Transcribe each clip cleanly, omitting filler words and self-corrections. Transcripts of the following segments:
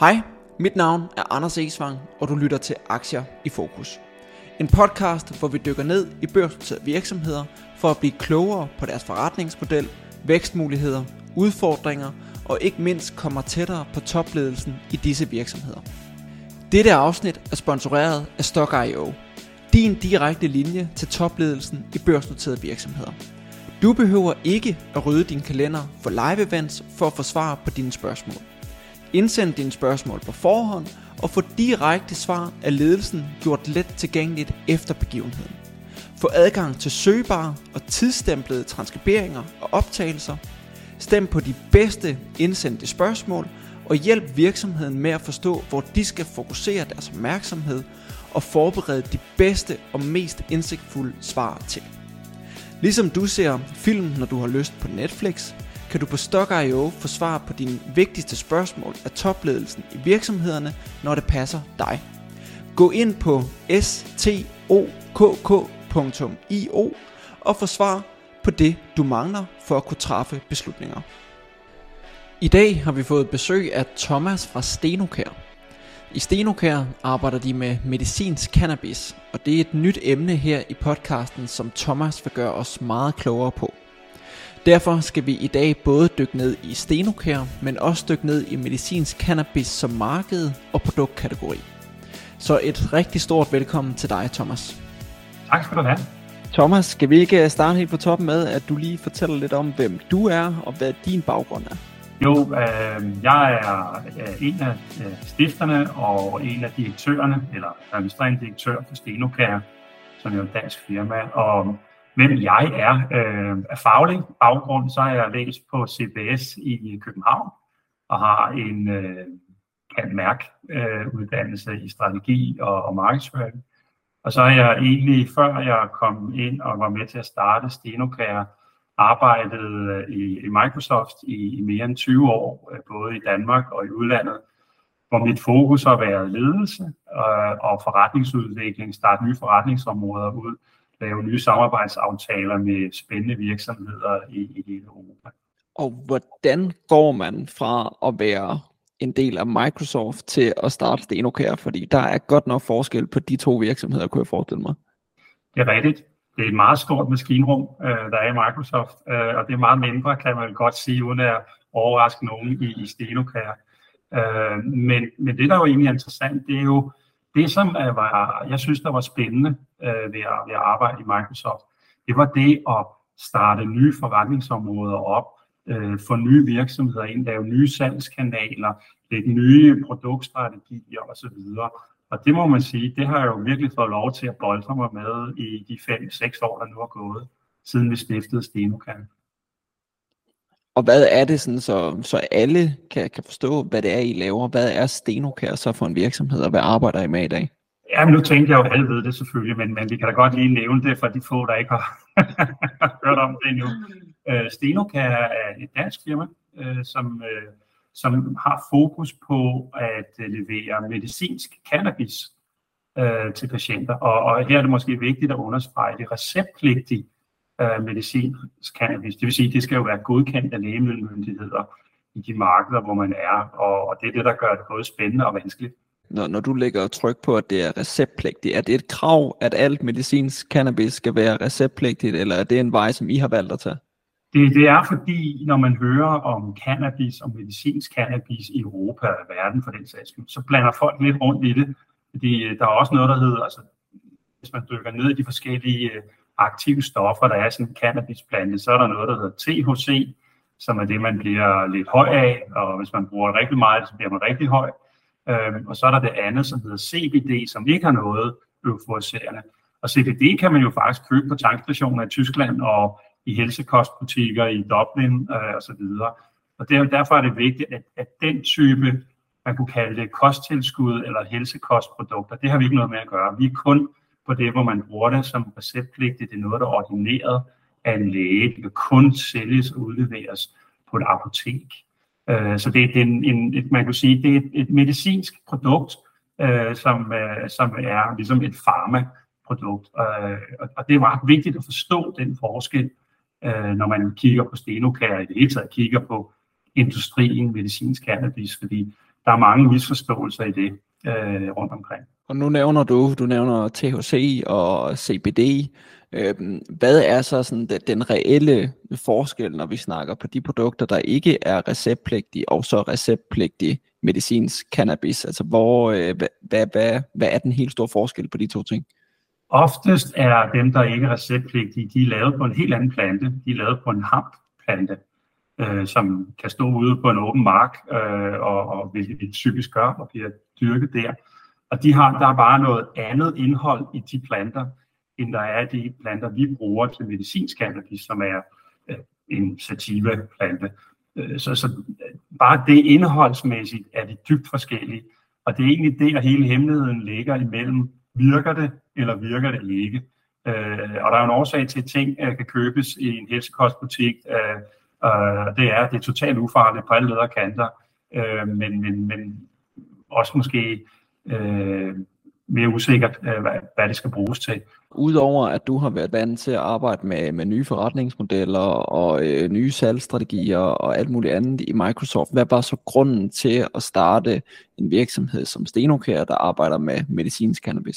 Hej, mit navn er Anders Esvang, og du lytter til Aktier i Fokus. En podcast, hvor vi dykker ned i børsnoterede virksomheder for at blive klogere på deres forretningsmodel, vækstmuligheder, udfordringer og ikke mindst kommer tættere på topledelsen i disse virksomheder. Dette afsnit er sponsoreret af Stock.io, din direkte linje til topledelsen i børsnoterede virksomheder. Du behøver ikke at rydde din kalender for live events for at få svar på dine spørgsmål. Indsend dine spørgsmål på forhånd og få direkte svar af ledelsen gjort let tilgængeligt efter begivenheden. Få adgang til søgbare og tidsstemplede transkriberinger og optagelser. Stem på de bedste indsendte spørgsmål og hjælp virksomheden med at forstå, hvor de skal fokusere deres opmærksomhed og forberede de bedste og mest indsigtfulde svar til. Ligesom du ser film, når du har lyst på Netflix, kan du på Stock.io få svar på dine vigtigste spørgsmål af topledelsen i virksomhederne, når det passer dig. Gå ind på stok.io og få svar på det, du mangler for at kunne træffe beslutninger. I dag har vi fået besøg af Thomas fra Stenocare. I Stenocare arbejder de med medicinsk cannabis, og det er et nyt emne her i podcasten, som Thomas vil gøre os meget klogere på. Derfor skal vi i dag både dykke ned i Stenocare, men også dykke ned i medicinsk cannabis som marked og produktkategori. Så et rigtig stort velkommen til dig, Thomas. Tak skal du have. Thomas, skal vi ikke starte helt på toppen med, at du lige fortæller lidt om, hvem du er og hvad din baggrund er? Jo, jeg er en af stifterne og en af direktørerne, eller administrerende direktør for Stenocare, som er et dansk firma. Og hvem jeg er af faglig baggrund, så har jeg læst på CBS i København og har en uddannelse i strategi og markedsføring. Og så har jeg egentlig, før jeg kom ind og var med til at starte Stenocare, arbejdet i Microsoft i mere end 20 år, både i Danmark og i udlandet, hvor mit fokus har været ledelse og forretningsudvikling, starte nye forretningsområder ud, lave nye samarbejdsaftaler med spændende virksomheder i hele Europa. Og hvordan går man fra at være en del af Microsoft til at starte Stenocare? Fordi der er godt nok forskel på de to virksomheder, kunne jeg forestille mig. Det er rigtigt. Det er et meget stort maskinrum, der er i Microsoft, og det er meget mindre, kan man godt sige, uden at overraske nogen i Stenocare. Men det, der jo egentlig er interessant, det er jo det, som jeg synes, der var spændende ved at arbejde i Microsoft. Det var det at starte nye forretningsområder op, få nye virksomheder ind, lave nye salgskanaler, lægge nye produktstrategier osv. Og det må man sige, det har jeg jo virkelig fået lov til at boltre mig med i de 5-6 år, der nu er gået, siden vi stiftede Stenocare. Og hvad er det sådan, så alle kan forstå, hvad det er, I laver? Hvad er Stenocare så for en virksomhed, og hvad arbejder I med i dag? Ja, men nu tænker jeg jo, at alle ved det selvfølgelig, men vi kan da godt lige nævne det for de få, der ikke har hørt om det endnu. Stenocare er et dansk firma, som har fokus på at levere medicinsk cannabis til patienter. Og her er det måske vigtigt at understrege, det receptpligtige medicinsk cannabis. Det vil sige, at det skal jo være godkendt af lægemiddelmyndigheder i de markeder, hvor man er. Og det er det, der gør det både spændende og vanskeligt. Når du lægger tryk på, at det er receptpligtigt, er det et krav, at alt medicinsk cannabis skal være receptpligtigt, eller er det en vej, som I har valgt at tage? Det er fordi, når man hører om cannabis og medicinsk cannabis i Europa og verden for den sags skyld, så blander folk lidt rundt i det. Fordi der er også noget, der hedder, altså, hvis man dykker ned i de forskellige aktive stoffer, der er sådan en cannabisplante, så er der noget, der hedder THC, som er det, man bliver lidt høj af, og hvis man bruger rigtig meget, så bliver man rigtig høj. Og så er der det andet, som hedder CBD, som ikke har noget euforiserende. Og CBD kan man jo faktisk købe på tankstationer i Tyskland og i helsekostbutikker i Dublin osv. Og derfor er det vigtigt, at den type, man kunne kalde det kosttilskud eller helsekostprodukter, det har vi ikke noget med at gøre. Vi er kun på det, hvor man bruger det som receptpligtigt. Det er noget, der er ordineret af en læge. Det kan kun sælges og udleveres på et apotek. Så det er man kan sige, det er et medicinsk produkt, som er ligesom et farmaprodukt. Og det er meget vigtigt at forstå den forskel, når man kigger på Stenocare, i det hele taget kigger på industrien, medicinsk cannabis, fordi der er mange misforståelser i det rundt omkring. Og nu nævner du nævner THC og CBD. Hvad er så sådan den reelle forskel, når vi snakker på de produkter, der ikke er receptpligtige, og så receptpligtig medicinsk cannabis? Altså hvad er den helt store forskel på de to ting? Oftest er dem, der ikke er receptpligtige, de er lavet på en helt anden plante. De er lavet på en hampplante, som kan stå ude på en åben mark, og vil typisk gøre, og bliver dyrket der. Og der er bare noget andet indhold i de planter, end der er de planter, vi bruger til medicinsk cannabis, som er en sativa-plante. Så bare det indholdsmæssigt er de dybt forskellige. Og det er egentlig der, hele hemmeligheden ligger imellem, virker det, eller virker det ikke. Og der er en årsag til, at ting kan købes i en helsekostbutik. Det er totalt ufarligt på alle leder og kanter, men også måske mere usikkert, hvad det skal bruges til. Udover at du har været vant til at arbejde med nye forretningsmodeller og nye salgsstrategier og alt muligt andet i Microsoft, hvad var så grunden til at starte en virksomhed som Stenocare, der arbejder med medicinsk cannabis?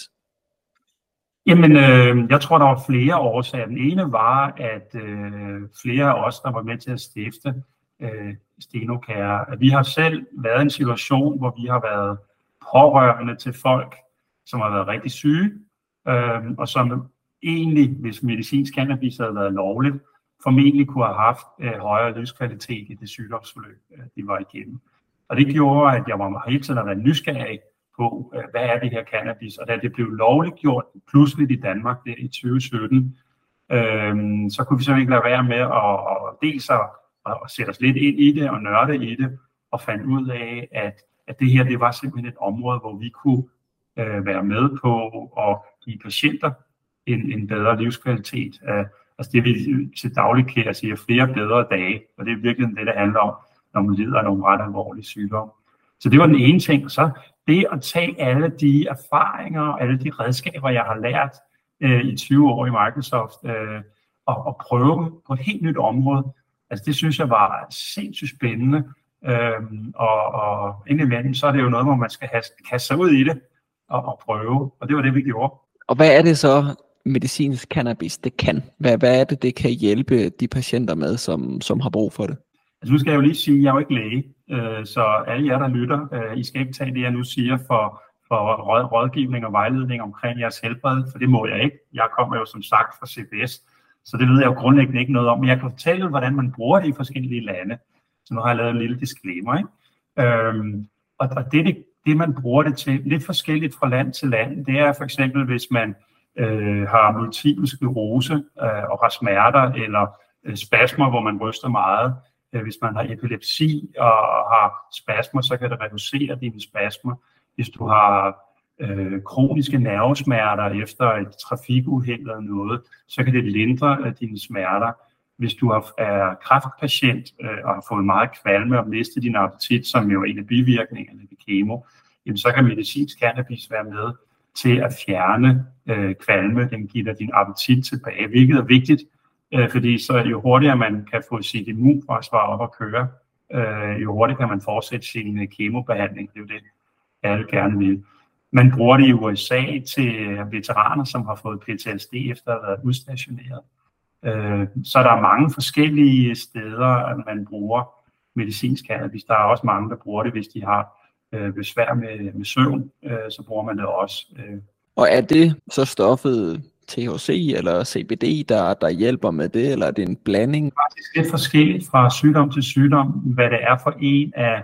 Jamen, jeg tror, der var flere årsager. Den ene var, at flere af os, der var med til at stifte Stenocare, vi har selv været i en situation, hvor vi har været pårørende til folk, som har været rigtig syge, og som egentlig, hvis medicinsk cannabis havde været lovligt, formentlig kunne have haft højere livskvalitet i det sygdomsforløb, de var igennem. Og det gjorde, at jeg var hele tiden været nysgerrig på, hvad er det her cannabis, og da det blev lovligt gjort pludseligt i Danmark der i 2017, så kunne vi simpelthen ikke lade være med at dels at sætte os lidt ind i det og nørde i det, og fandt ud af, at det her, det var simpelthen et område, hvor vi kunne være med på at give patienter en bedre livskvalitet. Altså det vi til daglig kan sige flere bedre dage, og det er virkelig det, det handler om, når man lider af nogle ret alvorlige sygdomme. Så det var den ene ting. Så det at tage alle de erfaringer og alle de redskaber, jeg har lært i 20 år i Microsoft, og prøve dem på et helt nyt område, altså det synes jeg var sindssygt spændende. Og indimellem, så er det jo noget, hvor man skal kaste sig ud i det og prøve, og det var det, vi gjorde. Og hvad er det så, medicinsk cannabis det kan? Hvad er det, det kan hjælpe de patienter med, som har brug for det? Altså nu skal jeg jo lige sige, at jeg er jo ikke læge, så alle jer, der lytter, I skal ikke tage det, jeg nu siger for rådgivning og vejledning omkring jeres helbred, for det må jeg ikke. Jeg kommer jo som sagt fra CBS, så det ved jeg jo grundlæggende ikke noget om, men jeg kan fortælle, hvordan man bruger det i forskellige lande. Så nu har jeg lavet en lille disclaimer, ikke? Og det, man bruger det til, lidt forskelligt fra land til land, det er for eksempel, hvis man har multiple sklerose og har smerter eller spasmer, hvor man ryster meget. Hvis man har epilepsi og har spasmer, så kan det reducere dine spasmer. Hvis du har kroniske nervesmerter efter et trafikuheld eller noget, så kan det lindre dine smerter. Hvis du er kræftpatient og har fået meget kvalme og mistet din appetit, som jo er en af bivirkningerne ved kemo, jamen så kan medicinsk cannabis være med til at fjerne kvalme. Den giver dig din appetit tilbage, hvilket er vigtigt, fordi så jo hurtigere man kan få sit immunforsvar op at køre, jo hurtigere kan man fortsætte sin kemobehandling. Det er jo det, alle gerne vil. Man bruger det i USA til veteraner, som har fået PTSD efter at have været udstationeret. Så der er mange forskellige steder, at man bruger medicinsk cannabis. Der er også mange, der bruger det, hvis de har besvær med søvn, så bruger man det også. Og er det så stoffet THC eller CBD, der hjælper med det, eller er det en blanding? Det er faktisk lidt forskelligt fra sygdom til sygdom, hvad det er for en af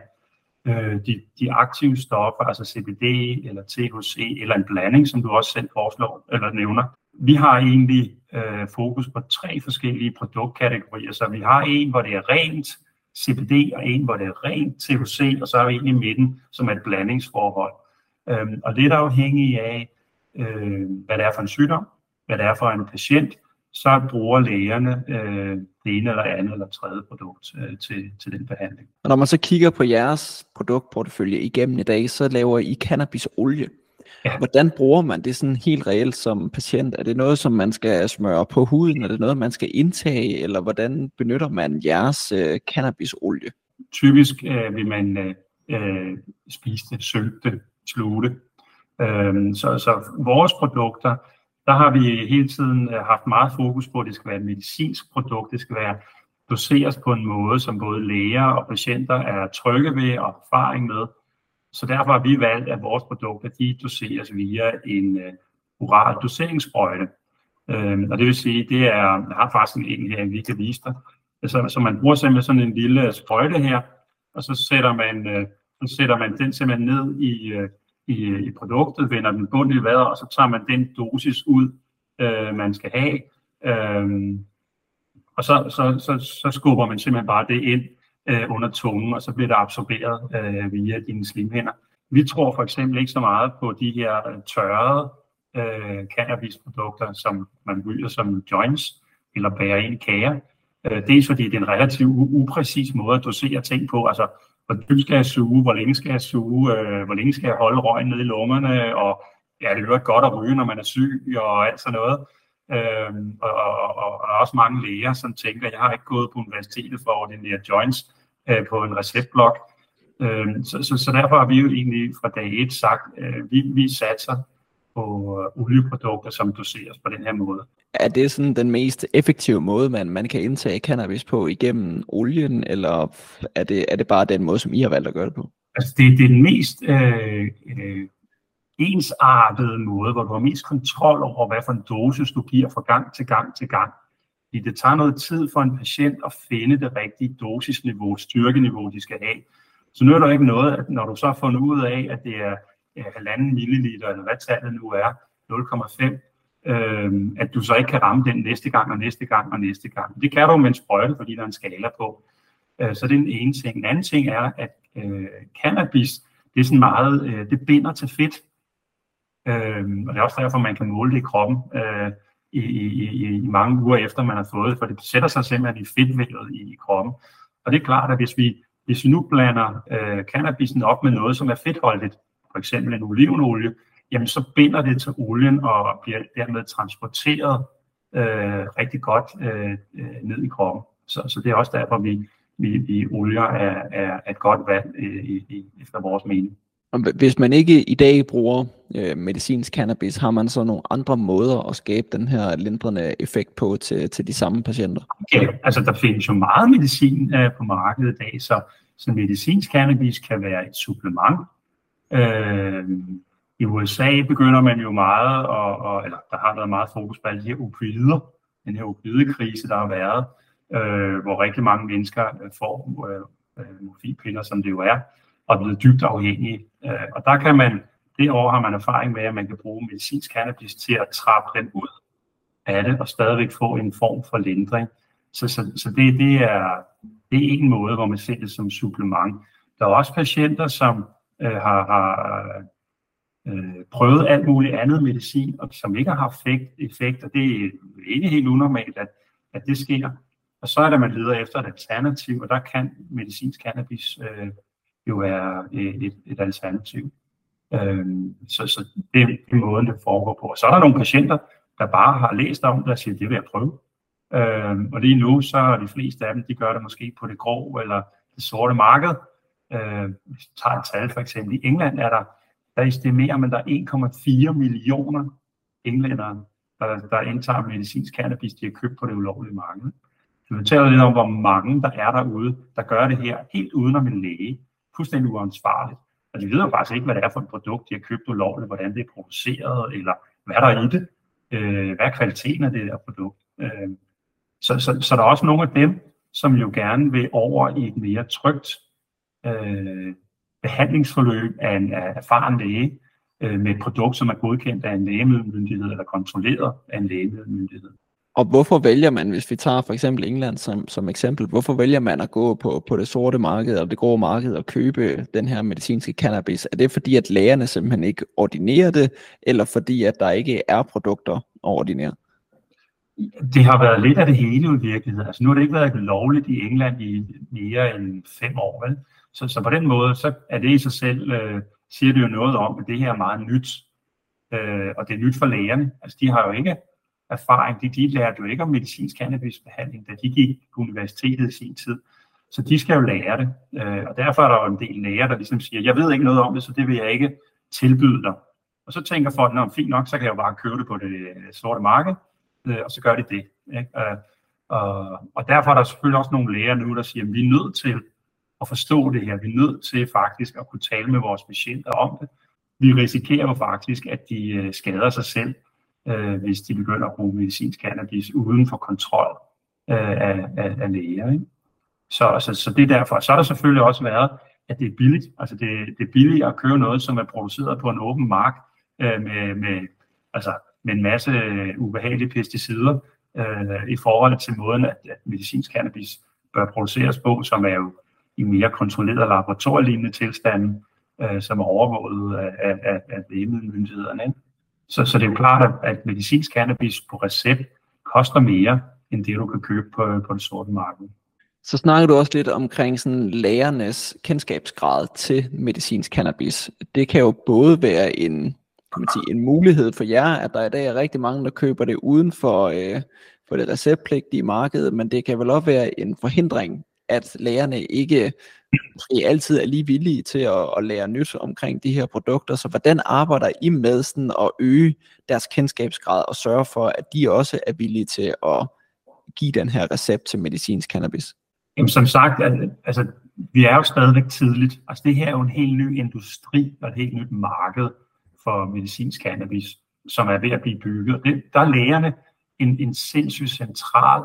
de aktive stoffer, altså CBD eller THC, eller en blanding, som du også selv foreslår eller nævner. Vi har egentlig fokus på 3 forskellige produktkategorier, så vi har en, hvor det er rent CBD, og en, hvor det er rent THC, og så har vi en i midten, som er et blandingsforhold. Og lidt afhængig af, hvad det er for en sygdom, hvad det er for en patient, så bruger lægerne det ene eller andet eller tredje produkt til den behandling. Og når man så kigger på jeres produktportefølje igennem i dag, så laver I cannabisolie. Ja. Hvordan bruger man det sådan helt reelt som patient? Er det noget, som man skal smøre på huden? Er det noget, man skal indtage? Eller hvordan benytter man jeres cannabisolie? Typisk vil man spise det, synke det, sluge det. Så vores produkter, der har vi hele tiden haft meget fokus på, at det skal være et medicinsk produkt, det skal være doseres på en måde, som både læger og patienter er trygge ved og erfaring med. Så derfor har vi valgt, at vores produkter, de doseres via en oral doseringssprøjte. Og det vil sige, jeg har faktisk en her, vi kan vise dig. Så man bruger simpelthen sådan en lille sprøjte her, og så sætter man den simpelthen ned i produktet, vender den bundt i vejret, og så tager man den dosis ud, man skal have. Og så skubber man simpelthen bare det ind under tungen, og så bliver det absorberet via dine slimhinder. Vi tror for eksempel ikke så meget på de her tørrede cannabisprodukter, som man ryger som joints eller bærer ind i kager. Dels fordi det er en relativt upræcis måde at dosere ting på. Altså, hvor dybt skal jeg suge, hvor længe skal jeg suge, hvor længe skal jeg holde røgen nede i lungerne, og ja, det er godt at ryge, når man er syg og alt sådan noget. Og også mange læger, som tænker, jeg har ikke gået på universitetet for at ordinere joints på en receptblok. Så derfor har vi jo egentlig fra dag 1 sagt, vi satser på olieprodukter, som doseres på den her måde. Er det sådan den mest effektive måde, man kan indtage cannabis på igennem olien, eller er det bare den måde, som I har valgt at gøre det på? Altså det er den mest ensartede måde, hvor du har mest kontrol over, hvad for en dosis du giver fra gang til gang til gang. Det tager noget tid for en patient at finde det rigtige dosisniveau, styrkeniveau, de skal have. Så nu er der ikke noget, at når du så har fundet ud af, at det er 1,5 milliliter, eller hvad tallet nu er, 0,5, at du så ikke kan ramme den næste gang og næste gang og næste gang. Det kan du med en sprøjte, fordi der er en skala på. Så det er den ene ting. En anden ting er, at cannabis, det er sådan meget, det binder til fedt. Og det er også derfor, man kan måle det i kroppen i mange uger efter, man har fået, for det sætter sig simpelthen i fedtvævet i kroppen. Og det er klart, at hvis vi nu blander cannabisen op med noget, som er fedtholdigt, for eksempel en olivenolie, jamen så binder det til olien og bliver dermed transporteret rigtig godt ned i kroppen. Så det er også derfor, vi olier er et godt valg efter vores mening. Hvis man ikke i dag bruger medicinsk cannabis, har man så nogle andre måder at skabe den her lindrende effekt på til de samme patienter? Ja, altså der findes jo meget medicin på markedet i dag, så medicinsk cannabis kan være et supplement. I USA begynder man jo meget, eller der har været meget fokus på alle de her opioider, den her opioidekrise, der har været, hvor rigtig mange mennesker får morfinpiller, som det jo er, og er blevet dybt afhængige. Og der kan man, det år har man erfaring med, at man kan bruge medicinsk cannabis til at trappe den ud af det, og stadigvæk få en form for lindring. Så det er en måde, hvor man ser det som supplement. Der er også patienter, som har prøvet alt muligt andet medicin, og som ikke har haft effekt, og det er ikke helt unormalt, at det sker. Og så er der, man leder efter et alternativ, og der kan medicinsk cannabis jo være et alternativ. Så det er måden, det foregår på. Og så er der nogle patienter, der bare har læst om det og siger, det vil jeg prøve. Og lige nu, så er de fleste af dem, de gør det måske på det grå eller det sorte marked. Hvis du tager et tal, for eksempel i England der estimerer man, der er 1,4 millioner englændere, der indtager medicinsk cannabis, de har købt på det ulovlige marked. Så vi fortæller lidt om, hvor mange der er derude, der gør det her helt udenom en læge. Fuldstændig uansvarligt. Og de ved jo faktisk ikke, hvad det er for et produkt, de har købt ulovligt, hvordan det er produceret, eller hvad der er i det. Hvad er kvaliteten af det der produkt? Så der er også nogle af dem, som jo gerne vil over i et mere trygt behandlingsforløb af en erfaren læge med et produkt, som er godkendt af en lægemiddelmyndighed eller kontrolleret af en lægemiddelmyndighed. Og hvorfor vælger man, hvis vi tager for eksempel England som eksempel, hvorfor vælger man at gå på det sorte marked og det grå marked og købe den her medicinske cannabis? Er det fordi, at lægerne simpelthen ikke ordinerer det, eller fordi, at der ikke er produkter at ordinere? Det har været lidt af det hele i virkeligheden. Altså nu har det ikke været lovligt i England i mere end 5 år, vel? Så på den måde, så er det i sig selv, siger det jo noget om, at det her er meget nyt. Og det er nyt for lægerne. Altså de har jo ikke erfaring. De lærte jo ikke om medicinsk cannabisbehandling, da de gik på universitetet i sin tid. Så de skal jo lære det, og derfor er der jo en del læger, der ligesom siger, jeg ved ikke noget om det, så det vil jeg ikke tilbyde dig. Og så tænker folk, fint nok, så kan jeg jo bare købe det på det sorte marked, og så gør de det. Ikke? Og derfor er der selvfølgelig også nogle læger nu, der siger, at vi er nødt til at forstå det her. Vi er nødt til faktisk at kunne tale med vores patienter om det. Vi risikerer jo faktisk, at de skader sig selv, hvis de begynder at bruge medicinsk cannabis uden for kontrol af læger. Ikke? Så det er derfor. Så har der selvfølgelig også været, at det er billigt. Altså det er billigt at købe noget, som er produceret på en åben mark med en masse ubehagelige pesticider i forhold til måden, at medicinsk cannabis bør produceres på, som er jo i mere kontrolleret laboratorielignende tilstande, som er overvåget af lægemiddelmyndighederne. Så det er jo klart, at medicinsk cannabis på recept koster mere, end det du kan købe på det sorte marked. Så snakker du også lidt omkring sådan lægernes kendskabsgrad til medicinsk cannabis. Det kan jo både være en mulighed for jer, at der i dag er rigtig mange, der køber det uden for det receptpligtige marked, men det kan vel også være en forhindring, at lægerne ikke måske altid er lige villige til at lære nyt omkring de her produkter. Så hvordan arbejder I med sådan at øge deres kendskabsgrad og sørge for, at de også er villige til at give den her recept til medicinsk cannabis? Jamen, som sagt, altså, vi er jo stadigvæk tidligt. Altså, det her er jo en helt ny industri og et helt nyt marked for medicinsk cannabis, som er ved at blive bygget. Der er lægerne en sindssygt central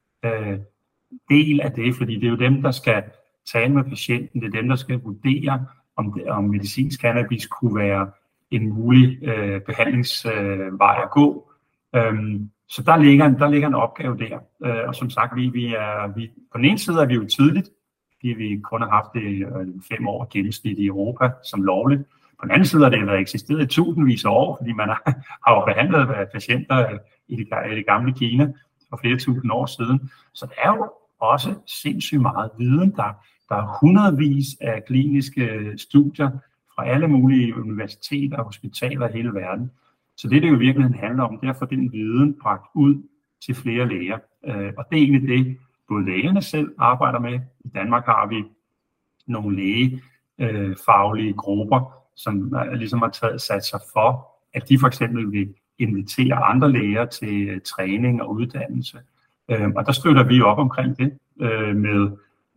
del af det, fordi det er jo dem, der skal tale med patienten, det er dem, der skal vurdere, om medicinsk cannabis kunne være en mulig behandlingsvej at gå. Så der ligger en opgave der, og som sagt, vi på den ene side er vi jo tidligt, fordi vi kun har haft det 5 år gennemsnit i Europa som lovligt. På den anden side har det været eksisteret i tusindvis af år, fordi man har jo behandlet patienter i det gamle Kina for flere tusind år siden. Så der er jo også sindssygt meget viden. Der er hundredvis af kliniske studier fra alle mulige universiteter og hospitaler i hele verden. Så det jo i virkeligheden handler om, det er at få den viden bragt ud til flere læger. Og det er egentlig det, både lægerne selv arbejder med. I Danmark har vi nogle lægefaglige grupper, som ligesom har sat sig for, at de for eksempel vil invitere andre læger til træning og uddannelse. Og der støtter vi op omkring det med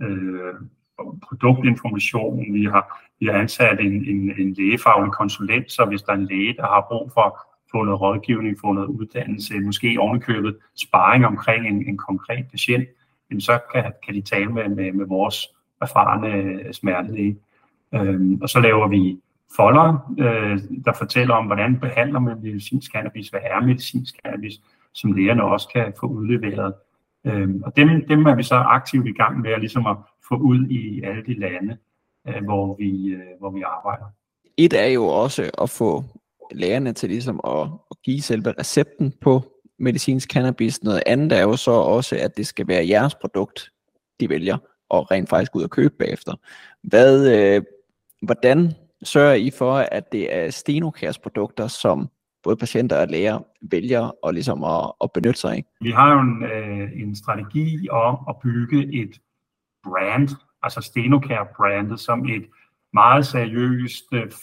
produktinformation. Vi har ansat en lægefaglig konsulent, så hvis der er en læge, der har brug for at få noget rådgivning, få noget uddannelse, måske ovenikøbet sparring omkring en konkret patient, så kan de tale med vores erfarne smertelæge. Og så laver vi folder, der fortæller om, hvordan behandler man medicinsk cannabis, hvad er medicinsk cannabis, som lægerne også kan få udleveret. Og dem er vi så aktivt i gang med ligesom at få ud i alle de lande, hvor vi arbejder. Et er jo også at få lægerne til ligesom at give selve recepten på medicinsk cannabis. Noget andet er jo så også, at det skal være jeres produkt, de vælger, og rent faktisk ud og købe bagefter. Hvordan sørger I for, at det er Stenocares produkter, som både patienter og læger vælger og ligesom at benytte sig af? Vi har jo en strategi om at bygge et brand, altså Stenocare-brandet, som et meget seriøst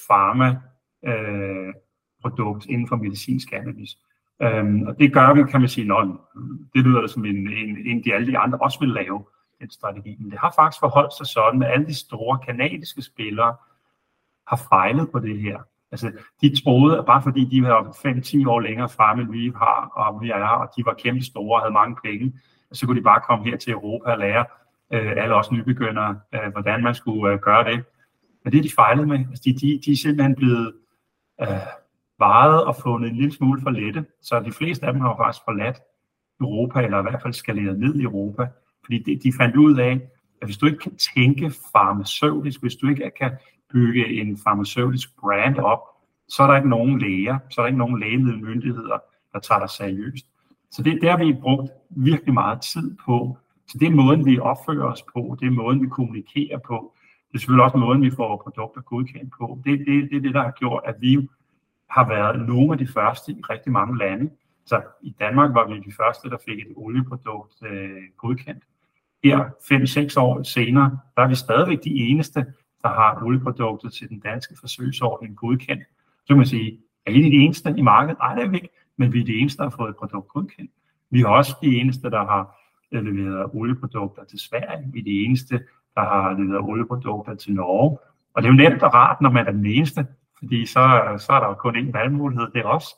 pharma-produkt inden for medicinsk cannabis. Og det gør vi, kan man sige, det lyder som en de alle de andre også vil lave den strategi. Men det har faktisk forholdt sig sådan, at alle de store kanadiske spillere har fejlet på det her. Altså, de troede, at bare fordi de var 5-10 år længere fremme, end vi har, og vi er, og de var kæmpe store og havde mange penge, så kunne de bare komme her til Europa og lære alle os nybegyndere, hvordan man skulle gøre det. Men det er de fejlet med. Altså, de er simpelthen blevet varet og fundet en lille smule for lette, så de fleste af dem har jo faktisk forladt Europa, eller i hvert fald skaleret ned i Europa, fordi de fandt ud af, at hvis du ikke kan tænke farmaceutisk, hvis du ikke kan bygge en farmaceutisk brand op, så er der ikke nogen læger, så er der ikke nogen lægemiddelmyndigheder, der tager dig seriøst. Så det har vi brugt virkelig meget tid på. Så det er måden, vi opfører os på, det er måden, vi kommunikerer på. Det er selvfølgelig også måden, vi får produkter godkendt på. Det er det, der har gjort, at vi har været nogle af de første i rigtig mange lande. Så i Danmark var vi de første, der fik et olieprodukt godkendt. her 5-6 år senere, der er vi stadigvæk de eneste, der har olieproduktet til den danske forsøgsordning godkendt. Så kan man sige, er I de eneste i markedet? Nej, det er vi ikke, men vi er de eneste, der har fået et produkt godkendt. Vi er også de eneste, der har leveret olieprodukter til Sverige. Vi er de eneste, der har leveret olieprodukter til Norge. Og det er jo nemt og rart, når man er den eneste, fordi så er der jo kun én valgmulighed, det er os.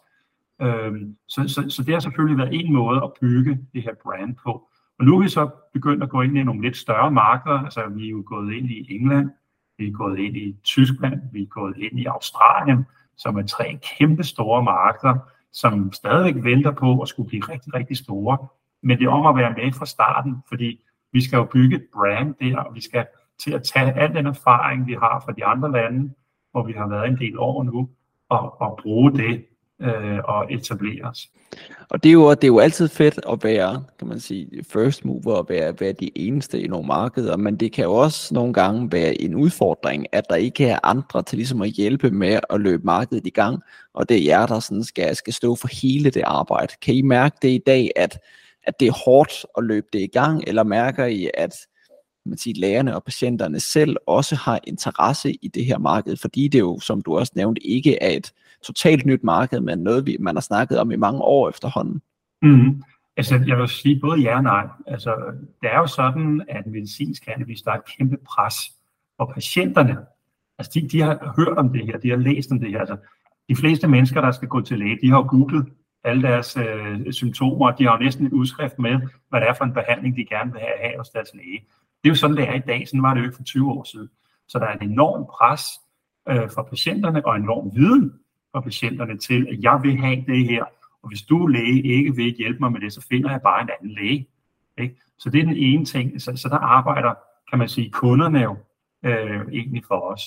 Så det har selvfølgelig været en måde at bygge det her brand på. Og nu er vi så begyndt at gå ind i nogle lidt større markeder. Altså vi er jo gået ind i England, vi er gået ind i Tyskland, vi er gået ind i Australien, som er 3 kæmpe store markeder, som stadigvæk venter på at skulle blive rigtig, rigtig store. Men det er om at være med fra starten, fordi vi skal jo bygge et brand der, og vi skal til at tage al den erfaring, vi har fra de andre lande, hvor vi har været en del år nu, og bruge det og etablere os. Og det er jo altid fedt at være, kan man sige, first mover og være de eneste i nogle markeder, men det kan jo også nogle gange være en udfordring, at der ikke er andre til ligesom at hjælpe med at løbe markedet i gang, og det er jer, der sådan skal stå for hele det arbejde. Kan I mærke det i dag, at det er hårdt at løbe det i gang, eller mærker I, at lægerne og patienterne selv også har interesse i det her marked, fordi det jo, som du også nævnte, ikke er et totalt nyt marked, men noget, man har snakket om i mange år efterhånden? Mm-hmm. Altså, jeg vil sige både ja og nej. Altså, det er jo sådan, at medicinsk cannabis, der er et kæmpe pres på patienterne. Altså, de har hørt om det her, de har læst om det her. Altså, de fleste mennesker, der skal gå til læge, de har googlet alle deres symptomer, de har jo næsten et udskrift med, hvad det er for en behandling, de gerne vil have hos deres læge. Det er jo sådan, det er i dag. Sådan var det jo ikke for 20 år siden. Så der er et enormt pres for patienterne og en enorm viden for patienterne til, at jeg vil have det her. Og hvis du læge ikke vil hjælpe mig med det, så finder jeg bare en anden læge. Ikke? Så det er den ene ting. Så der arbejder, kan man sige, kunderne jo egentlig for os.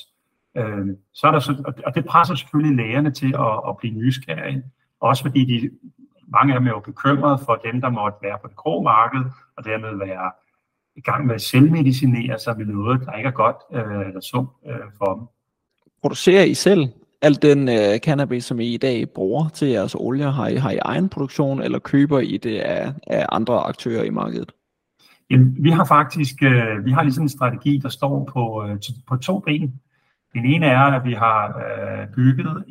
Så er der og det presser selvfølgelig lægerne til at blive nysgerrige. Også fordi mange af dem er jo bekymrede for dem, der måtte være på det grå marked, og dermed være i gang med at selvmedicinere sig med noget, der ikke er godt eller sundt for dem. Producerer I selv al den cannabis, som I i dag bruger til jeres olier? Har I egen produktion, eller køber I det af andre aktører i markedet? Jamen, vi har faktisk vi har ligesom en strategi, der står på 2 ben. Den ene er, at vi har bygget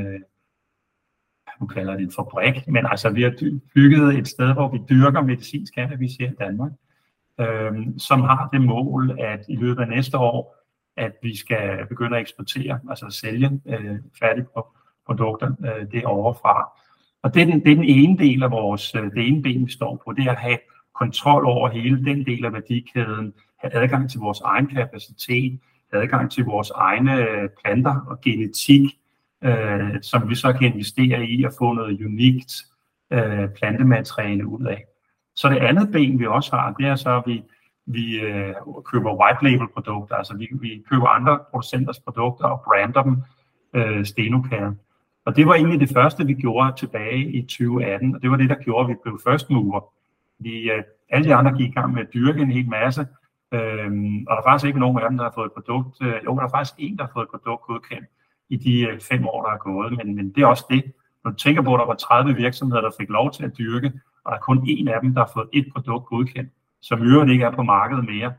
nu kalder det en fabrik, men altså vi har bygget et sted, hvor vi dyrker medicinsk cannabis her i Danmark, som har det mål, at i løbet af næste år, at vi skal begynde at eksportere, altså at sælge færdige produkter derovre fra. Og det er den ene del af det ene ben, vi står på, det er at have kontrol over hele den del af værdikæden, have adgang til vores egen kapacitet, have adgang til vores egne planter og genetik, som vi så kan investere i at få noget unikt plantemateriale ud af. Så det andet ben, vi også har, det er så, at vi køber white label produkter, altså vi køber andre producenters produkter og brander dem Stenocare. Og det var egentlig det første, vi gjorde tilbage i 2018, og det var det, der gjorde, at vi blev first mover. Alle de andre gik i gang med at dyrke en hel masse, og der er faktisk ikke nogen af dem, der har fået et produkt. Jo, der er faktisk en, der har fået et produkt godkendt i de 5 år, der er gået, men det er også det. Når du tænker på, at der var 30 virksomheder, der fik lov til at dyrke, og der er kun en af dem, der har fået et produkt godkendt, som i øvrigt ikke er på markedet mere,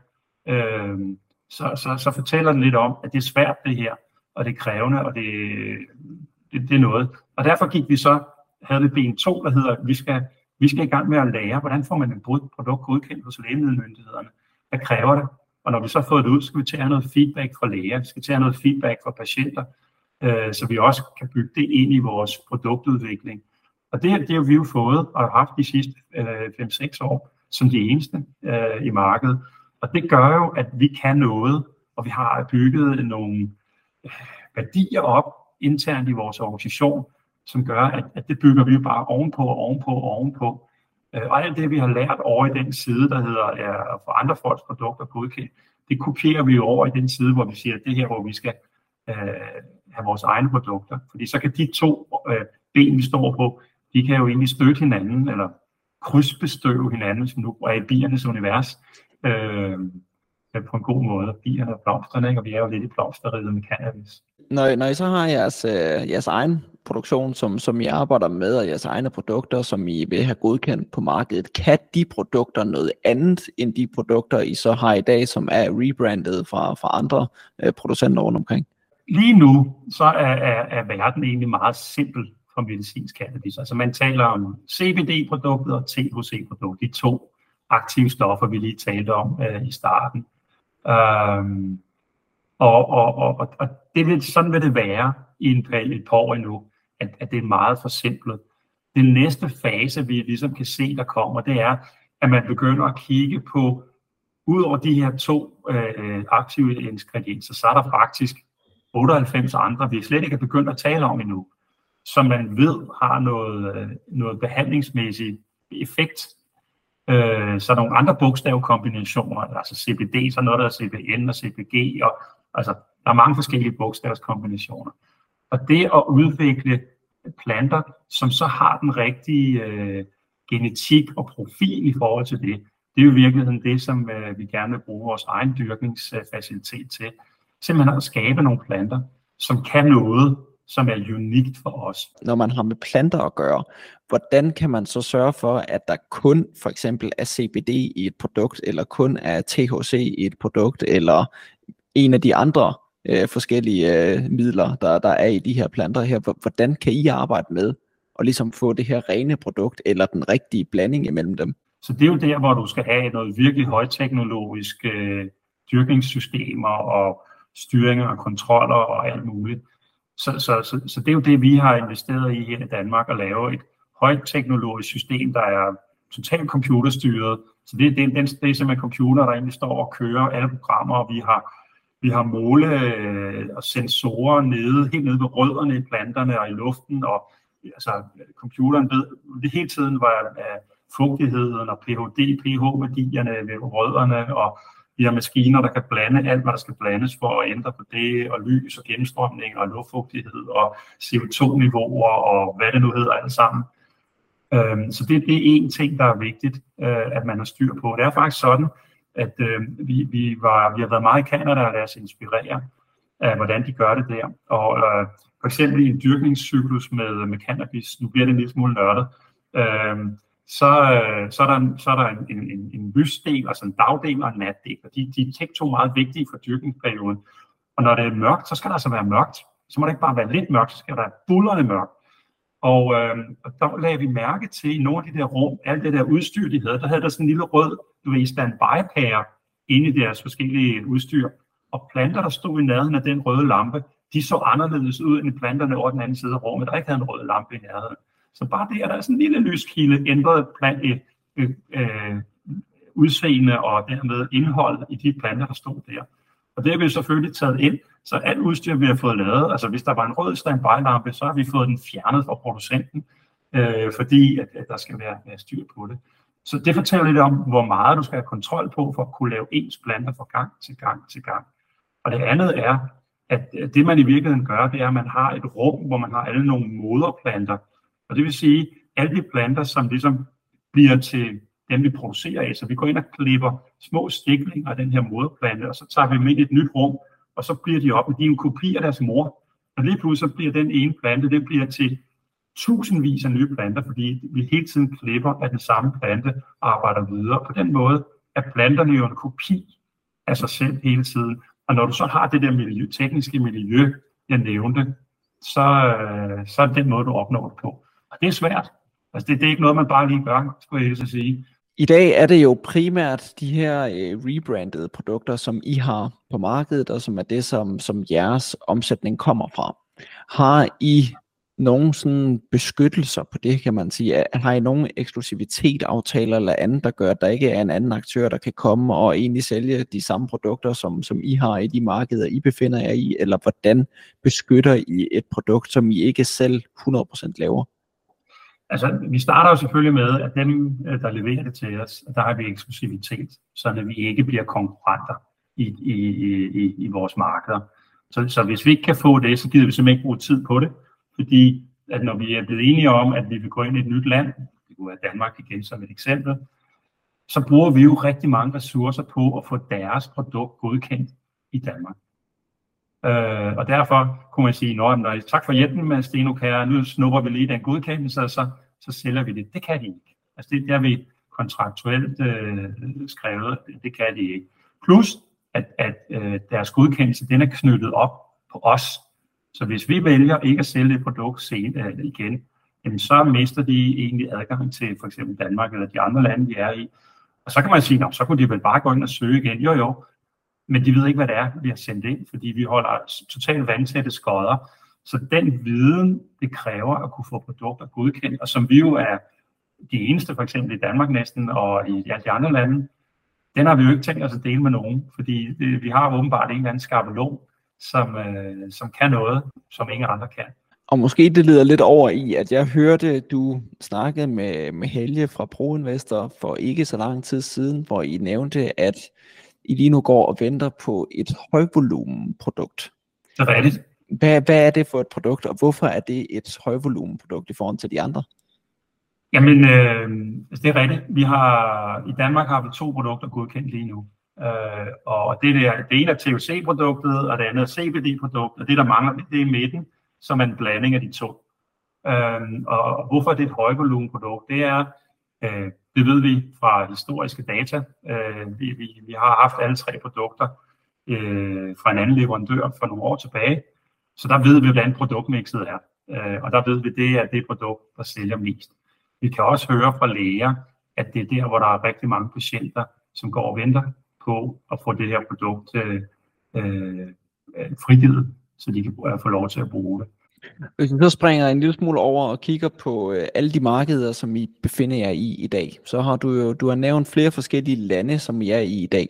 så fortæller den lidt om, at det er svært det her, og det er krævende, og det er noget. Og derfor havde vi ben 2, der hedder, vi skal i gang med at lære, hvordan får man et produkt godkendt hos lægemiddelmyndighederne. Hvad kræver det? Og når vi så har fået det ud, så skal vi tage noget feedback fra læger, vi skal tage noget feedback fra patienter, så vi også kan bygge det ind i vores produktudvikling. Og det har vi jo fået og haft de sidste 5-6 år som de eneste i markedet. Og det gør jo, at vi kan noget, og vi har bygget nogle værdier op internt i vores organisation, som gør, at det bygger vi jo bare ovenpå. Og alt det, vi har lært over i den side, der hedder at få andre folks produkter godkendt, det kopierer vi jo over i den side, hvor vi siger, at det her, hvor vi skal have vores egne produkter. Fordi så kan de 2 ben, vi står på, de kan jo egentlig støtte hinanden, eller krydsbestøve hinanden, som nu er i biernes univers, på en god måde. Bierne og blomsterne, og vi er jo lidt i blomsteriet med cannabis. Når I så har jeres egen produktion, som I arbejder med, og jeres egne produkter, som I vil have godkendt på markedet, kan de produkter noget andet end de produkter, I så har i dag, som er rebrandet fra andre producenter rundt omkring? Lige nu, så er verden egentlig meget simpel for medicinsk cannabis. Altså man taler om CBD-produktet og THC-produktet, de to aktive stoffer, vi lige talte om i starten. Og sådan vil det være i et par år endnu, at det er meget forsimplet. Den næste fase, vi ligesom kan se, der kommer, det er, at man begynder at kigge på, ud over de her to aktive ingredienser, så er der faktisk 98 andre, vi slet ikke er begyndt at tale om endnu, som man ved har noget behandlingsmæssig effekt. Så nogle andre bogstavkombinationer, altså CBD, så noget der er CBN og CBG, og altså der er mange forskellige bogstavskombinationer. Og det at udvikle planter, som så har den rigtige genetik og profil i forhold til det, det er jo i virkeligheden det, som vi gerne vil bruge vores egen dyrkningsfacilitet til. Simpelthen at skabe nogle planter, som kan noget, som er unikt for os. Når man har med planter at gøre, hvordan kan man så sørge for, at der kun for eksempel er CBD i et produkt, eller kun er THC i et produkt, eller en af de andre forskellige midler, der er i de her planter her? Hvordan kan I arbejde med at ligesom få det her rene produkt, eller den rigtige blanding imellem dem? Så det er jo der, hvor du skal have noget virkelig højteknologisk dyrkningssystemer og styringer og kontroller og alt muligt. Så det er jo det, vi har investeret i her i Danmark, at lave et højteknologisk system, der er totalt computerstyret. Så det er simpelthen computer, der egentlig står og kører alle programmer, og vi har måle- og sensorer helt nede ved rødderne i planterne og i luften, og altså computeren ved det hele tiden, hvor fugtigheden og pH-værdierne ved rødderne, og vi har maskiner, der kan blande alt, hvad der skal blandes for at ændre på det, og lys og gennemstrømning og luftfugtighed og CO2-niveauer og hvad det nu hedder alt sammen. Så det er en ting, der er vigtigt, at man har styr på. Det er faktisk sådan, at vi har været meget i Canada og ladet os inspirere af, hvordan de gør det der. Og for eksempel i en dyrkningscyklus med cannabis, nu bliver det en lille smule nørdet, så er der en lysdel, altså en dagdel og en natdel, og de er begge to meget vigtige for dyrkningsperioden. Og når det er mørkt, så skal der altså være mørkt. Så må det ikke bare være lidt mørkt, så skal der være buldrende mørkt. Og der lagde vi mærke til i nogle af de der rum, alt det der udstyr, de havde, der havde der sådan en lille rød, standby-pære inde i deres forskellige udstyr. Og planter, der stod i nærheden af den røde lampe, de så anderledes ud end planterne over den anden side af rummet, der ikke havde en rød lampe i nærheden. Så bare det, at der er sådan en lille lyskilde, ændrede udseende og dermed indhold i de planter, der stod der. Og det har vi selvfølgelig taget ind, så alt udstyr, vi har fået lavet, altså hvis der var en rød standby-lampe, så har vi fået den fjernet fra producenten, fordi at der skal være styr på det. Så det fortæller lidt om, hvor meget du skal have kontrol på, for at kunne lave ens planter fra gang til gang til gang. Og det andet er, at det man i virkeligheden gør, det er, at man har et rum, hvor man har alle nogle moderplanter. Og det vil sige, alle de planter, som ligesom bliver til dem, vi producerer af. Så vi går ind og klipper små stiklinger af den her moderplante, og så tager vi dem ind i et nyt rum, og så bliver de op, og de er en kopi af deres mor. Og lige pludselig så bliver den ene plante, det bliver til tusindvis af nye planter, fordi vi hele tiden klipper af den samme plante og arbejder videre. På den måde er planterne jo en kopi af sig selv hele tiden. Og når du så har det der tekniske miljø, jeg nævnte, så er det den måde, du opnår det på. Og det er svært. Altså det er ikke noget, man bare lige gør, skulle jeg så sige. I dag er det jo primært de her rebrandede produkter, som I har på markedet, og som er det, som jeres omsætning kommer fra. Har I nogen sådan beskyttelser på det, kan man sige? Har I nogen eksklusivitet, aftaler eller andet, der gør, at der ikke er en anden aktør, der kan komme og egentlig sælge de samme produkter, som I har i de markeder, I befinder jer i? Eller hvordan beskytter I et produkt, som I ikke selv 100% laver? Altså, vi starter jo selvfølgelig med, at dem, der leverer det til os, der har vi eksklusivitet, så at vi ikke bliver konkurrenter i vores markeder. Så hvis vi ikke kan få det, så gider vi simpelthen ikke bruge tid på det, fordi at når vi er blevet enige om, at vi vil gå ind i et nyt land, det kunne være Danmark igen som et eksempel, så bruger vi jo rigtig mange ressourcer på at få deres produkt godkendt i Danmark. Og derfor kunne man sige, tak for hjælpen med Stenokær, nu snupper vi lige den godkendelse, og så sælger vi det. Det kan de ikke. Altså det er vi kontraktuelt skrevet, det kan de ikke. Plus, at deres godkendelse, den er knyttet op på os. Så hvis vi vælger ikke at sælge det produkt igen, jamen så mister de egentlig adgang til for eksempel Danmark eller de andre lande, de er i. Og så kan man sige, så kunne de vel bare gå ind og søge igen. Jo, men de ved ikke, hvad det er, vi har sendt ind, fordi vi holder totalt vandtætte skodder. Så den viden, det kræver at kunne få produkter godkendt, og som vi jo er de eneste, for eksempel i Danmark næsten, og i de andre lande, den har vi jo ikke tænkt os at dele med nogen, fordi vi har åbenbart en eller anden skabelon, som kan noget, som ingen andre kan. Og måske det leder lidt over i, at jeg hørte, du snakkede med Helge fra ProInvestor for ikke så lang tid siden, hvor I nævnte, at I lige nu går og venter på et højvolumenprodukt. Det er rigtigt. Hvad er det for et produkt, og hvorfor er det et højvolumenprodukt i forhold til de andre? Jamen, det er rigtigt. I Danmark har vi 2 produkter godkendt lige nu. Og det ene er THC-produktet, og det andet er CBD-produktet, og det der mangler, det er midten, som er en blanding af de 2. Og hvorfor det er et højvolumenprodukt, det er, det ved vi fra historiske data. Vi har haft alle 3 produkter fra en anden leverandør for nogle år tilbage, så der ved vi, hvordan produktmixet er. Og der ved vi, det er det produkt, der sælger mest. Vi kan også høre fra læger, at det er der, hvor der er rigtig mange patienter, som går og venter på at få det her produkt frigivet, så de kan få lov til at bruge det. Hvis vi så springer en lille smule over og kigger på alle de markeder, som I befinder jer i dag, så har du har nævnt flere forskellige lande, som I er i dag.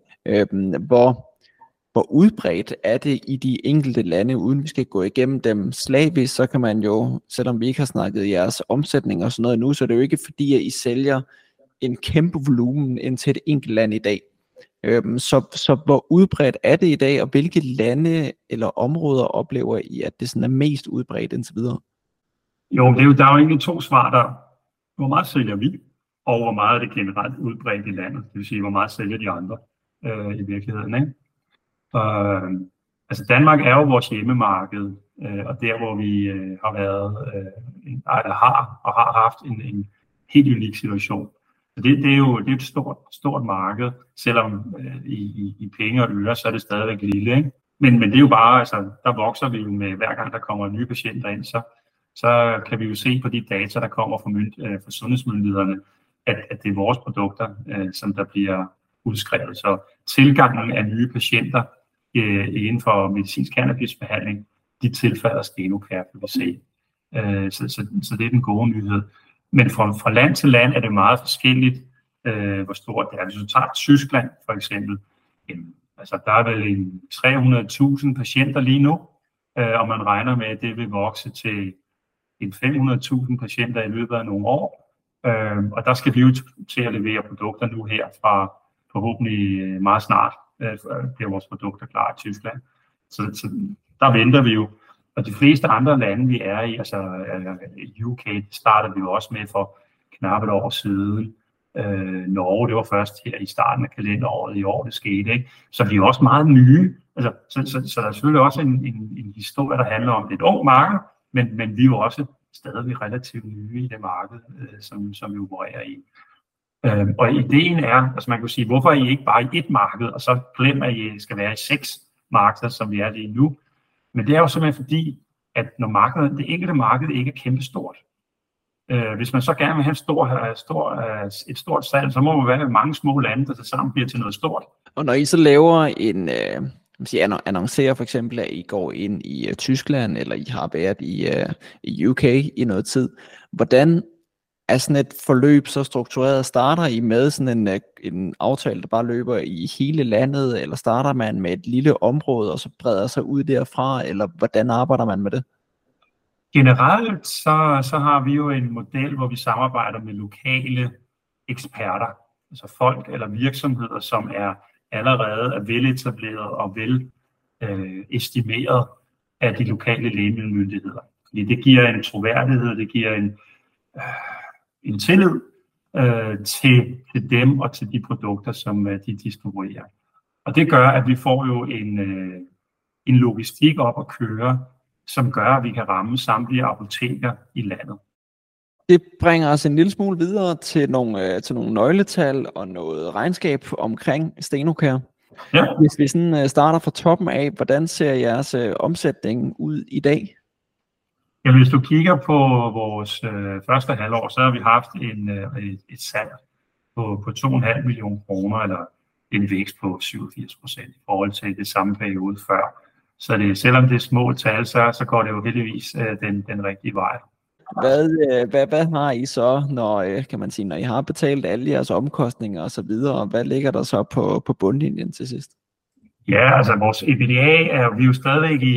Hvor udbredt er det i de enkelte lande, uden vi skal gå igennem dem slavisk, så kan man jo, selvom vi ikke har snakket jeres omsætning og sådan noget nu, så er det jo ikke fordi, at I sælger en kæmpe volumen ind til et enkelt land i dag. Så hvor udbredt er det i dag, og hvilke lande eller områder oplever I, at det sådan er mest udbredt indtil videre? Jo, der er jo egentlig 2 svar der. Hvor meget sælger vi, og hvor meget er det generelt udbredt i landet? Det vil sige, hvor meget sælger de andre i virkeligheden, ikke? Altså Danmark er jo vores hjemmemarked, og der hvor vi har været, har haft en helt unik situation. Det er jo et stort marked, selvom i penge og øre, så er det stadigvæk lille, ikke? Men det er jo bare, altså der vokser vi jo med, hver gang der kommer nye patienter ind, så kan vi jo se på de data, der kommer fra sundhedsmyndighederne, at det er vores produkter, som der bliver udskrevet. Så tilgangen af nye patienter inden for medicinsk cannabisbehandling, de tilfalder Stenokær, kan vi se. Så det er den gode nyhed. Men fra land til land er det meget forskelligt, hvor stort det er. Hvis du tager Tyskland for eksempel, altså der er vel 300.000 patienter lige nu, og man regner med, at det vil vokse til 500.000 patienter i løbet af nogle år. Og der skal vi jo til at levere produkter nu her fra forhåbentlig meget snart bliver vores produkter klar i Tyskland. Så der venter vi jo. Og de fleste andre lande, vi er i, altså UK, startede vi jo også med for knap et år siden. Norge, det var først her i starten af kalenderåret i år, det skete, ikke? Så vi er også meget nye. Altså, så der er selvfølgelig også en historie, der handler om et ung marked, men vi er jo også stadig relativt nye i det marked, som vi opererer i. Og ideen er, altså man kan sige, hvorfor er I ikke bare i 1 marked, og så glemmer at I skal være i 6 markeder, som vi er lige nu. Men det er jo simpelthen fordi, at når det enkelte marked ikke er kæmpestort. Hvis man så gerne vil have et stort salg, så må man være mange små lande, der sammen bliver til noget stort. Og når I så laver annoncerer for eksempel, at I går ind i Tyskland, eller I har været i UK i noget tid, hvordan er sådan et forløb så struktureret? Starter I med sådan en aftale, der bare løber i hele landet, eller starter man med et lille område, og så breder sig ud derfra, eller hvordan arbejder man med det? Generelt så har vi jo en model, hvor vi samarbejder med lokale eksperter, altså folk eller virksomheder, som allerede er veletableret og vel estimeret af de lokale lægemiddelmyndigheder. Fordi det giver en troværdighed, det giver en tillid til dem og til de produkter, som de distribuerer. Og det gør, at vi får jo en logistik op at køre, som gør, at vi kan ramme samtlige apoteker i landet. Det bringer os en lille smule videre til nogle nøgletal og noget regnskab omkring Stenocare. Ja. Hvis vi sådan starter fra toppen af, hvordan ser jeres omsætning ud i dag? Ja, hvis du kigger på vores første halvår, så har vi haft et salg på 2,5 millioner kroner, eller en vækst på 87% i forhold til det samme periode før. Så selvom det er små tal, så går det jo heldigvis den rigtige vej. Hvad har I så, når I har betalt alle jeres omkostninger og så videre? Hvad ligger der så på bundlinjen til sidst? Ja, altså vores EBITDA vi er jo stadigvæk i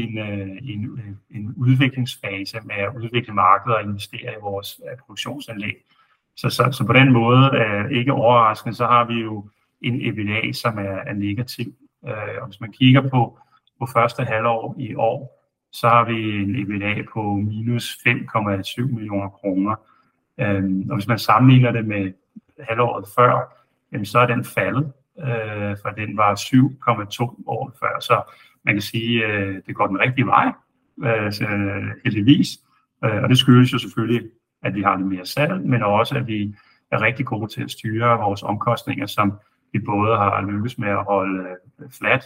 en udviklingsfase med at udvikle markedet og investere i vores produktionsanlæg. Så på den måde, ikke overraskende, så har vi jo en EBITDA, som er negativ. Og hvis man kigger på første halvår i år, så har vi en EBITDA på minus 5,7 millioner kroner. Og hvis man sammenligner det med halvåret før, så er den faldet, for den var 7,2 år før. Så man kan sige, at det går den rigtige vej, heldigvis. Og det skyldes jo selvfølgelig, at vi har lidt mere salg, men også, at vi er rigtig gode til at styre vores omkostninger, som vi både har lykkes med at holde flat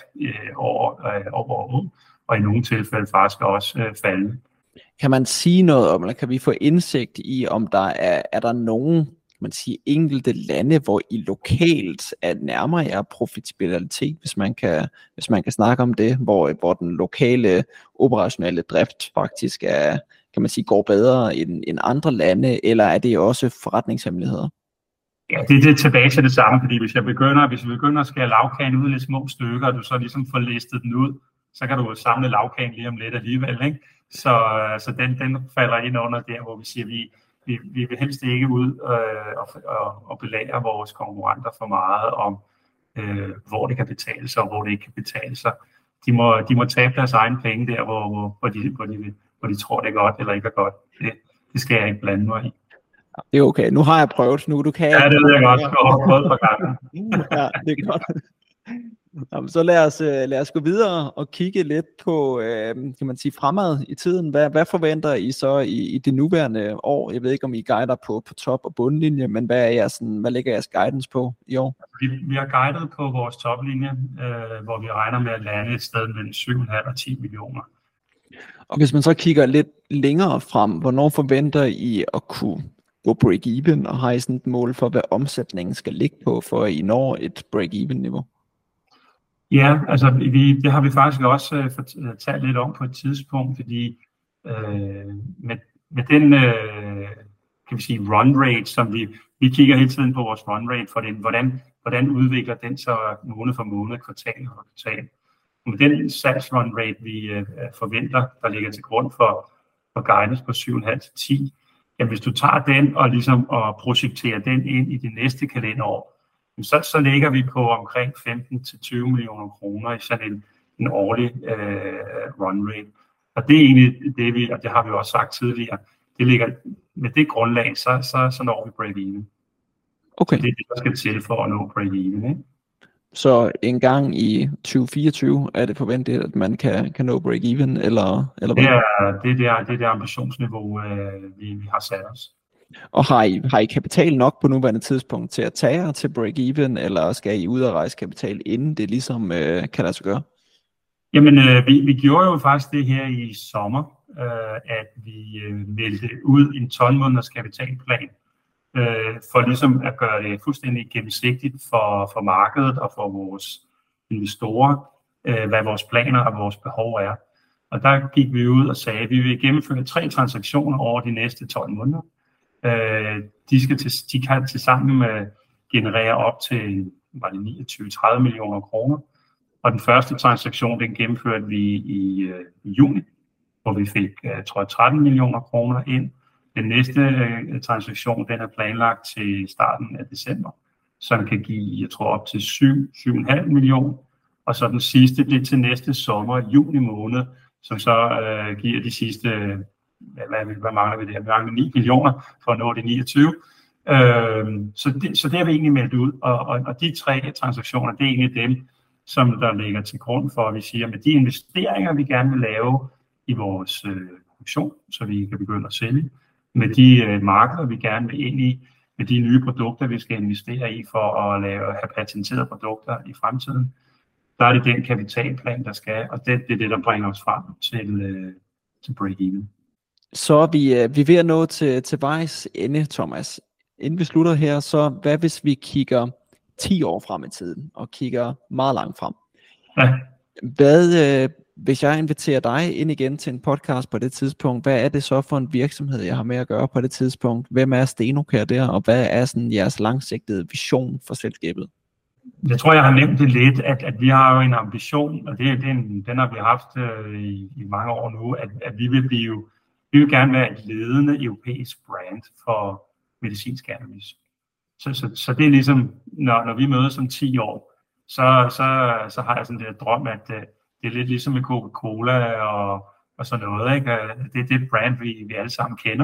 over og i nogle tilfælde faktisk også falde. Kan man sige noget om, eller kan vi få indsigt i, om der er der nogen, man sige, enkelte lande, hvor I lokalt er nærmere jer profitabilitet, hvis man kan snakke om det, hvor den lokale operationelle drift faktisk er, kan man sige, går bedre end andre lande, eller er det også forretningshemmeligheder? Ja, det er tilbage til det samme, fordi hvis vi begynder at skære lagkagen ud i lidt små stykker, og du så ligesom får listet den ud, så kan du samle lagkagen lige om lidt alligevel, ikke? Så den falder ind under der, hvor vi siger, vi vil helst ikke ud og belære vores konkurrenter for meget om, hvor det kan betale sig og hvor det ikke kan betale sig. De må tabe deres egen penge der, hvor de tror, det er godt eller ikke er godt. Det skal jeg ikke blande mig i. Det er okay. Nu har jeg prøvet. Nu du kan. Ja, det ved jeg godt. Jeg har prøvet for gangen. Ja, det er godt. Jamen, så lad os gå videre og kigge lidt på, kan man sige, fremad i tiden. Hvad forventer I så i det nuværende år? Jeg ved ikke, om I guider på top- og bundlinje, men hvad ligger jeres guidance på i år? Vi har guidet på vores toplinje, hvor vi regner med at lande et sted mellem 7,5 og 10 millioner. Og hvis man så kigger lidt længere frem, hvornår forventer I at kunne gå break-even, og har I sådan et mål for, hvad omsætningen skal ligge på, for at I når et break-even-niveau? Ja, altså det har vi faktisk også talt lidt om på et tidspunkt, fordi med den kan vi sige run rate, som vi kigger hele tiden på vores run rate for den, hvordan udvikler den så måned for måned, kvartal for kvartal. Med den salgs run rate, vi forventer, der ligger til grund for guidance på 7,5 til 10, jamen hvis du tager den og ligesom og projekterer den ind i det næste kalenderår, så ligger vi på omkring 15 til 20 millioner kroner i sådan en årlig run rate. Og det er egentlig det, og det har vi også sagt tidligere, det ligger med det grundlag, så når vi break-even. Okay. Så det er det, der skal til for at nå break-even, ikke? Så en gang i 2024 er det forventet, at man kan nå break-even, eller hvad? Det er det ambitionsniveau, vi har sat os. Og har I kapital nok på nuværende tidspunkt til at tage jer til break-even, eller skal I ud og rejse kapital, inden det ligesom kan lade sig gøre? Jamen, vi gjorde jo faktisk det her i sommer, at vi meldte ud en 12 måneders kapitalplan, for ligesom at gøre det fuldstændig gennemsigtigt for markedet og for vores investorer, hvad vores planer og vores behov er. Og der gik vi ud og sagde, at vi vil gennemføre 3 transaktioner over de næste 12 måneder. De kan til sammen generere op til 29-30 millioner kroner. Og den første transaktion, den gennemførte vi i juni, hvor vi fik, 13 millioner kroner ind. Den næste transaktion, den er planlagt til starten af december, som kan give, op til 7,5 millioner. Og så den sidste, det er til næste sommer, juni måned, som så giver de sidste, hvad mangler vi der? Vi mangler 9 millioner for at nå de 29. Så det har vi egentlig meldt ud, og de 3 transaktioner, det er egentlig dem, som der ligger til grund for, at vi siger, at med de investeringer, vi gerne vil lave i vores produktion, så vi kan begynde at sælge, med de markeder, vi gerne vil ind i, med de nye produkter, vi skal investere i for at have patenterede produkter i fremtiden, der er det den kapitalplan, der skal, og det er det, der bringer os frem til break-even. Så er vi ved at nå til vejs ende, Thomas. Inden vi slutter her, så hvad hvis vi kigger 10 år frem i tiden, og kigger meget langt frem? Ja. Hvad, hvis jeg inviterer dig ind igen til en podcast på det tidspunkt, hvad er det så for en virksomhed, jeg har med at gøre på det tidspunkt? Hvem er Stenocare der, og hvad er sådan jeres langsigtede vision for selskabet? Jeg tror, jeg har nævnt det lidt, at vi har jo en ambition, og den har vi haft i mange år nu, at vi vil gerne være et ledende europæisk brand for medicinsk cannabis. Så det er ligesom, når vi mødes om 10 år, så har jeg sådan det drøm, at det er lidt ligesom med Coca-Cola og sådan noget, ikke? Det er det brand, vi alle sammen kender.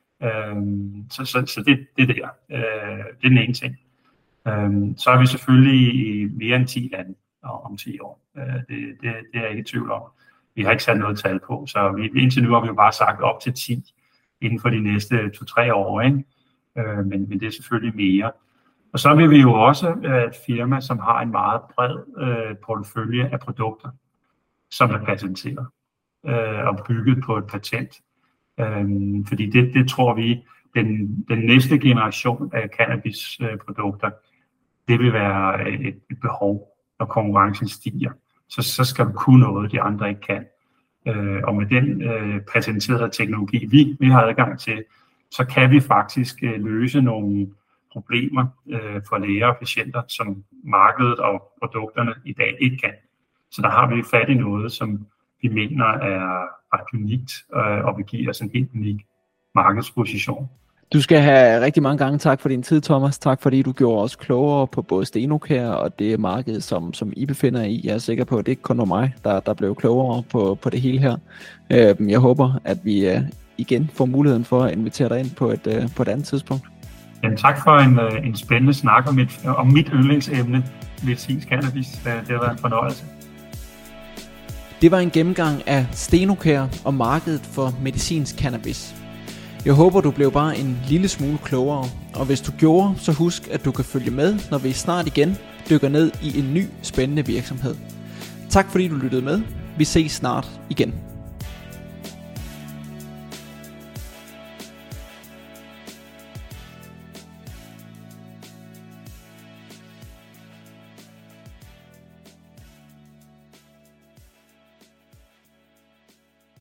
Så det er der. Det er den ene ting. Så er vi selvfølgelig i mere end 10 lande om 10 år. Det er jeg ikke i tvivl om. Vi har ikke sat noget tal på, så indtil nu har vi jo bare sagt op til 10 inden for de næste 2-3 år, ikke? Men det er selvfølgelig mere. Og så vil vi jo også et firma, som har en meget bred portefølje af produkter, som er patenteret og bygget på et patent. Fordi det tror vi, den næste generation af cannabisprodukter, det vil være et behov, når konkurrencen stiger. Så skal vi kunne noget, de andre ikke kan. Og med den patenterede teknologi, vi har adgang til, så kan vi faktisk løse nogle problemer for læger og patienter, som markedet og produkterne i dag ikke kan. Så der har vi fat i noget, som vi mener er ret unikt, og vil give os en helt unik markedsposition. Du skal have rigtig mange gange tak for din tid, Thomas. Tak fordi du gjorde os klogere på både Stenocare og det marked, som I befinder i. Jeg er sikker på, at det ikke kun var mig, der blev klogere på det hele her. Jeg håber, at vi igen får muligheden for at invitere dig ind på et andet tidspunkt. Jamen, tak for en spændende snak om mit yndlingsemne, medicinsk cannabis. Det har været en fornøjelse. Det var en gennemgang af Stenocare og markedet for medicinsk cannabis. Jeg håber, du blev bare en lille smule klogere, og hvis du gjorde, så husk, at du kan følge med, når vi snart igen dykker ned i en ny spændende virksomhed. Tak fordi du lyttede med. Vi ses snart igen.